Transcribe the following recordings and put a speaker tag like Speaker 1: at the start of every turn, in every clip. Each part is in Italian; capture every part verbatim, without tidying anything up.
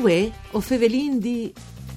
Speaker 1: Uè, o fevelin di...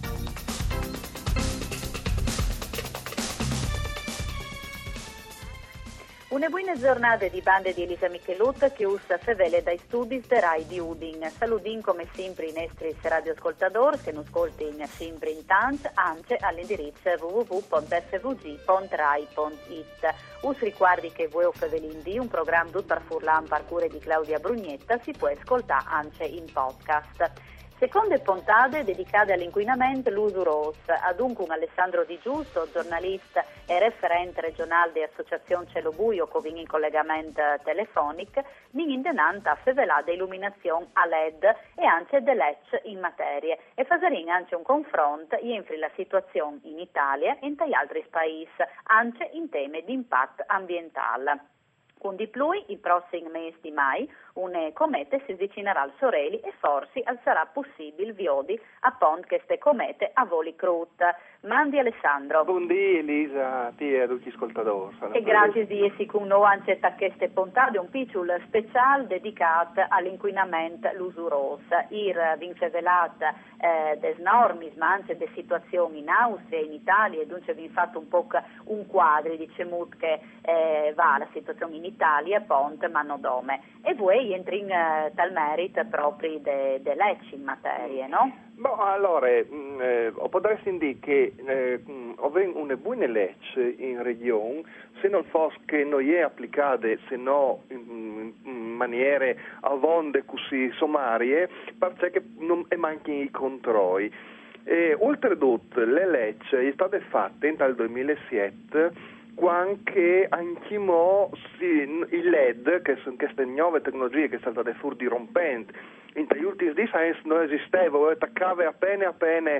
Speaker 2: Una buona giornata di bande di Elisa Michelut che usa fevele dai studi de Rai di Udin. Saludin come sempre i nostri radioascoltatori che non ascoltino sempre in tant, anche all'indirizzo w w w punto f v g punto rai punto it. Us ricordi che voi o fevelin di un programma tutto per furlan parcure di Claudia Brugnetta si può ascoltare anche in podcast. Seconde puntate dedicate all'inquinamento l'uso rosso. Adunque un Alessandro Di Giusto, giornalista e referente regionale dell'Associazione Cielo Buio, che viene in collegamento telefonico, viene intenanta a fevelare illuminazione a L E D e anche dell'E C in materie e fare anche un confronto entro la situazione in Italia e in altri paesi, anche in temi di impatto ambientale. Con di più, il prossimo mese di mai, un comete si avvicinerà al Soreli e forse sarà possibile viodi a pont queste comete a voli crut. Mandi Alessandro.
Speaker 3: Buondì Elisa, ti e tutti gli ascoltatori.
Speaker 2: E grazie di essere con noi anche a queste puntate, un piccolo speciale dedicato all'inquinamento l'usuroso. Ir vincevelat eh, des normis, ma anche delle situazioni in Austria, in Italia, e dunque vi fatto un po' un quadro, diciamo che eh, va la situazione in Italia, Ponte, Manodome. E voi entri in uh, tal merito proprio delle de leggi in materie, no?
Speaker 3: Boh, allora, mh, eh, potresti dire che eh, avendo una buona legge in regione, se non fosse che non è applicata, se no in, in maniere avonde così sommarie, perché non mancano i controlli. E, oltretutto, le leggi sono state fatte dal duemilasette, quando anche mo, sì, il L E D, che sono queste nuove tecnologie che sono state fuori dirompenti, in gli ultimi anni non esisteva, attaccava appena appena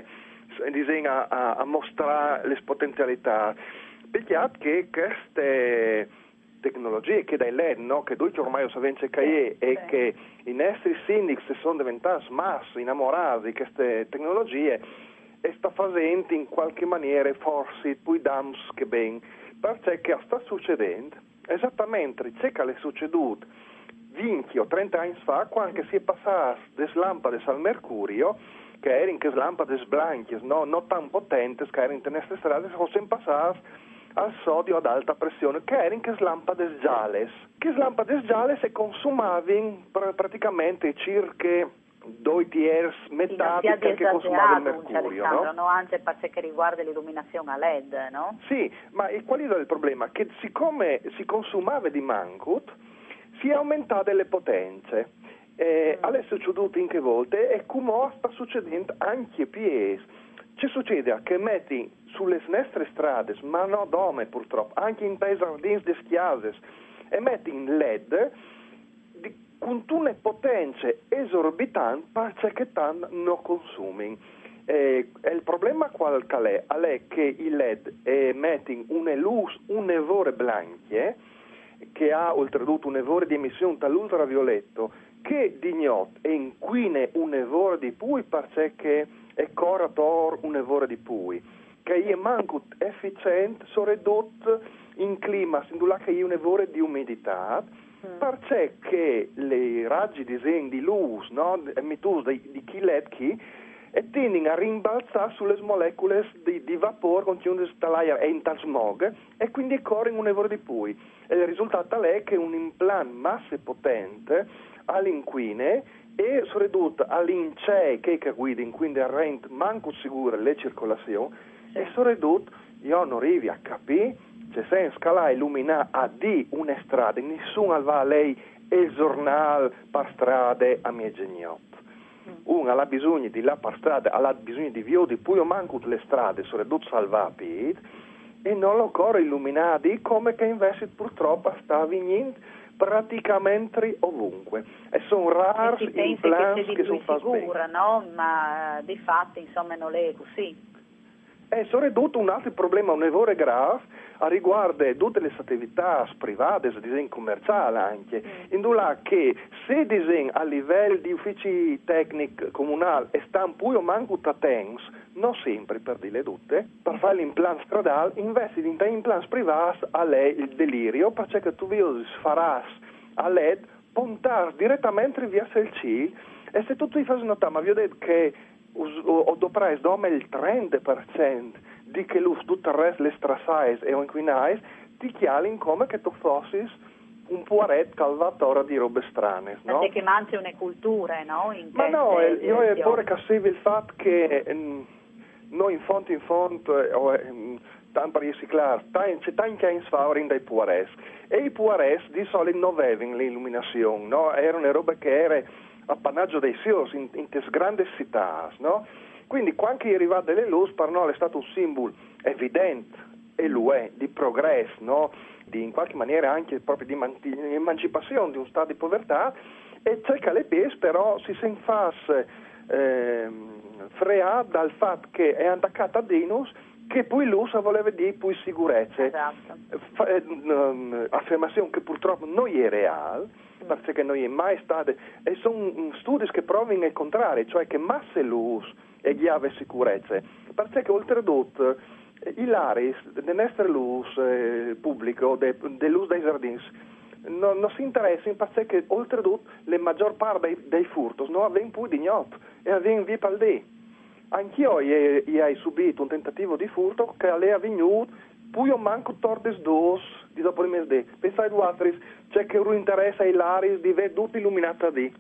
Speaker 3: a, a, a mostrare le potenzialità. Peccato che queste tecnologie che dai L E D, no, che tutti ormai sappiamo che è, e che i nostri sindaci sono diventati massi, innamorati di queste tecnologie, e sta facendo in qualche maniera forse poi dams che ben, perché sta succedendo esattamente ciò che è succeduto venti o trenta anni fa, quando si è passato dalle lampade al mercurio, che erano che lampade blanche, no, non tan potenti, che erano nelle nostre strade, sono sempre passate al sodio ad alta pressione, che erano che lampade gialle. Che lampade gialle si consumavano praticamente circa due terzi metà che consumava il mercurio, no?
Speaker 2: no? Anche per ciò che riguarda l'illuminazione a L E D, no?
Speaker 3: Sì, ma qual era il problema? Che siccome si consumava di mancut, si è aumentate le potenze. Eh, mm. Adesso è succeduto in che volte e come sta succedendo anche più. Ci succede che metti sulle nostre strade, ma non dome purtroppo, anche in dei giardini di schiases, e metti in L E D di, con una potenze esorbitanti perché tanto non consumi. Eh, il problema qual è? È che il L E D emette una luce, un evore blanche, che ha oltretutto un evore di emissione dall'ultravioletto che di notte e inquina un evore di pui perché è corrator un evore di pui che è manco efficiente sono ridotto in clima sindula che è un evore di umidità mm. perché le raggi di zen di luce no, emittuti di, di chi L E D chi e tendono a rimbalzare sulle molecole di, di vapore contenute dall'aria e in tal smog e quindi corrono un evore di pui. E il risultato è che un implant massa potente all'inquine e soprattutto all'incei che guida in quindi a rent manco sicura le circolazioni sì. E soprattutto io non arrivi a capire se sei scala illuminare a di una strada nessuno va a lei il giornale per strade a mie geniotto. Uno ha bisogno di là per strada, ha bisogno di via, di poi manco le strade, sono ridotte salvate e non lo corre illuminati come che invece purtroppo sta avvenendo praticamente ovunque. E sono rari i implants che, che sono fatti bene.
Speaker 2: No? Ma di fatto insomma non è così.
Speaker 3: E sono ridotto un altro problema, un evore grave, a riguardo tutte le attività private, disegno commerciale anche, mm. in cui che se disegno a livello di uffici tecnici comunali e stanno poi o manco tatens, non sempre per dire tutte, per fare l'implant stradale, investi in implants privati a lei il delirio, perché tu vi farai a L E D puntare direttamente verso il cielo E se tu ti fai notare, ma vi ho detto che ho doprato come il trenta per cento di che l'us tutto il resto, le strasais e inquinais, ti chiali come che tu fossi un puaret calvatore di robe strane, no?
Speaker 2: Perché mangi una cultura, no? In
Speaker 3: ma no, io è pure cassivo il fatto che mh, noi in fondo in fondo, eh, tanto per riciclare, c'è tanti che in dai puares, e i puares di solito non avevano l'illuminazione, no? Erano robe che erano appannaggio dei S I O S in, in queste grandi città, no? Quindi quando è arrivato delle luci per noi è stato un simbolo evidente, e lo è, di progresso, no? Di, in qualche maniera anche proprio di, man- di emancipazione di un stato di povertà, e cerca le pes però si si fa eh, freare dal fatto che è attaccata a Dinus, che poi l'usa voleva dire poi sicurezza.
Speaker 2: Esatto.
Speaker 3: Fa, eh, um, affermazione che purtroppo non è reale, mm. perché non è mai stata, e sono studi che provano il contrario, cioè che masse l'usa e chiave sicurezza, perché oltretutto i laris del nostro uso eh, pubblico, de, dell'uso dei giardini, non, non si interessano perché oltretutto la maggior parte dei, dei furtos non avviene più di notte e avviene via per lì. Anch'io ho subito un tentativo di furto che è avvenuto, poi ho manco tordes dos di dopo il mese. Pensate a altri, c'è che un interesse ai laris di vedere tutto illuminato di.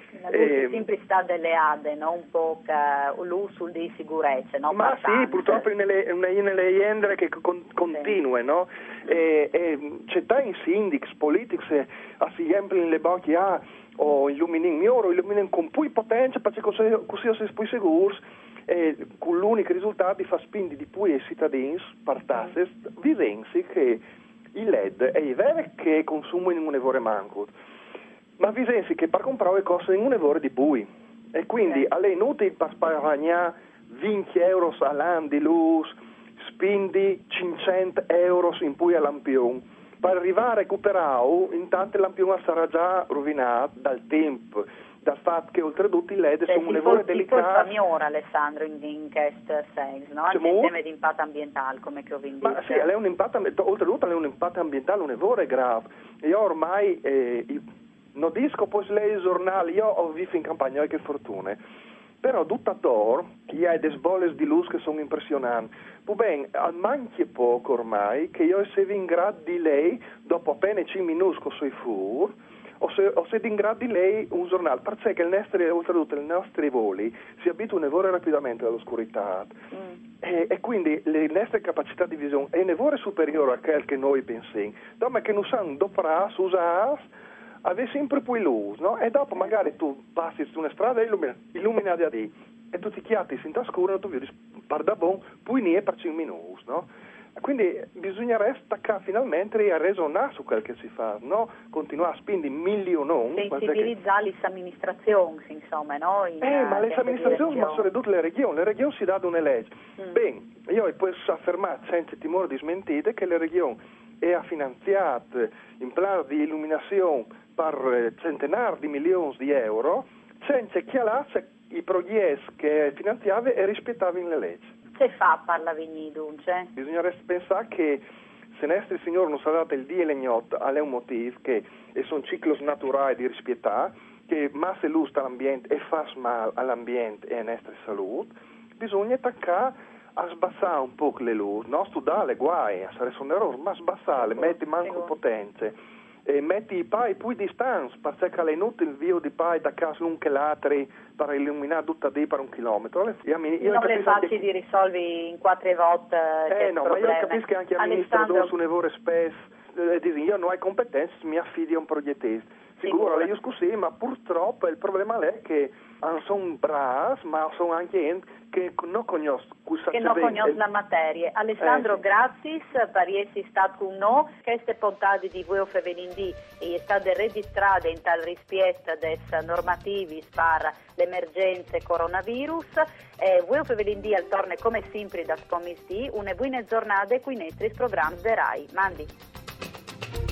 Speaker 2: Eh, sempre sta delle ade, no? Un po' l'uso di sicurezza, no?
Speaker 3: Ma Bastante. Sì, purtroppo nelle, nelle endre che con, continue, sì. No? E, e c'è tanti sindics, politici, a si riempiono le bocche, ah, o illuminano migliore, o illuminano con più potenza, perché così, così si è più sicuri, e con l'unico risultato di far spingere di più ai cittadini, partassi, videnzi che i L E D è vero che consumano in un evore manco, ma vi pensi che per comprare cose in un evore di bui, e quindi okay. È inutile per sparagnare venti euro all'anno di luce, spendi cinquecento euro in pui a lampione, per arrivare a recuperare, intanto il lampione sarà già rovinato dal tempo, dal fatto che oltretutto i L E D sono un evore delicato.
Speaker 2: Si fa migliore, Alessandro, in, in questo senso, no? Anche in tema di impatto ambientale, come che ho vinto.
Speaker 3: Ma sì, è un impatto, oltretutto è un impatto ambientale, un evore grave. Io ormai... Eh, non dico poi lei i giornali, io ho visto in campagna, che fortuna, però tutt'attor chi ha dei sboles di luce che sono impressionanti. Poi bene, manchi poco ormai che io sia in grado di lei, dopo appena cinque minuti con sui fur, o se, o se in grado di lei un giornale, perché il nostro, oltretutto i nostri voli si abituano a nevore rapidamente all'oscurità, mm. e, e quindi le nostre capacità di visione è nevore superiore a quel che noi pensiamo, ma che non sanno dopo usare avere sempre più luce, no? E dopo magari tu passi su una strada illumina, illuminata da lì, e tu ti chiatti in scuro e tu vedi par da bon, poi ne è per cinque minuti, no? Quindi bisognerebbe staccare finalmente e ragionare su quel che si fa, no? Continuare a spendere milioni.
Speaker 2: Sensibilizzare le amministrazioni, insomma, no? In,
Speaker 3: eh, ma le amministrazioni, ma soprattutto le regioni, le regioni si danno una legge. Mm. Bene, io posso affermare senza timore di smentite che le regioni è finanziate in piano di illuminazione per centenari di milioni di euro, senza chiarire i progetti che finanziava e rispettava le leggi.
Speaker 2: Che fa per la dunque?
Speaker 3: Bisognerebbe pensare che se nostri signori non sarà il dia e legnot, è un motivo che sono cicli naturali di rispettare, che massa luce all'ambiente e fa male all'ambiente e alla nostra salute, bisogna attaccare a sbassare un po' le luci, non studiare le guai, a sarebbe un errore, ma sbassare, metti manco potenze. E metti i pai più distanza, perché è inutile il vio di pai da casa un che l'altri per illuminare tutta di per un chilometro. Io, io
Speaker 2: non è facile anche... di risolvere in quattro volte.
Speaker 3: Eh no, problema. Ma io capisco che anche a Alessandro... ministro su nevore spesso eh, dicono io non ho competenze, mi affidi a un progettista. Sicuro, io scusi, ma purtroppo il problema è che sono bravi, ma sono anche gente che non conoscono
Speaker 2: che non conoscono la materia. Alessandro, eh, grazie per essere stato con noi. Queste puntate di Vuoi Fevelindì è stata registrata in tal rispetto dei normativi per l'emergenza coronavirus. Eh, Vuoi Fevelindì al torne come sempre da Scomistì. Una buona giornata qui nei tre programmi de Rai. Mandi.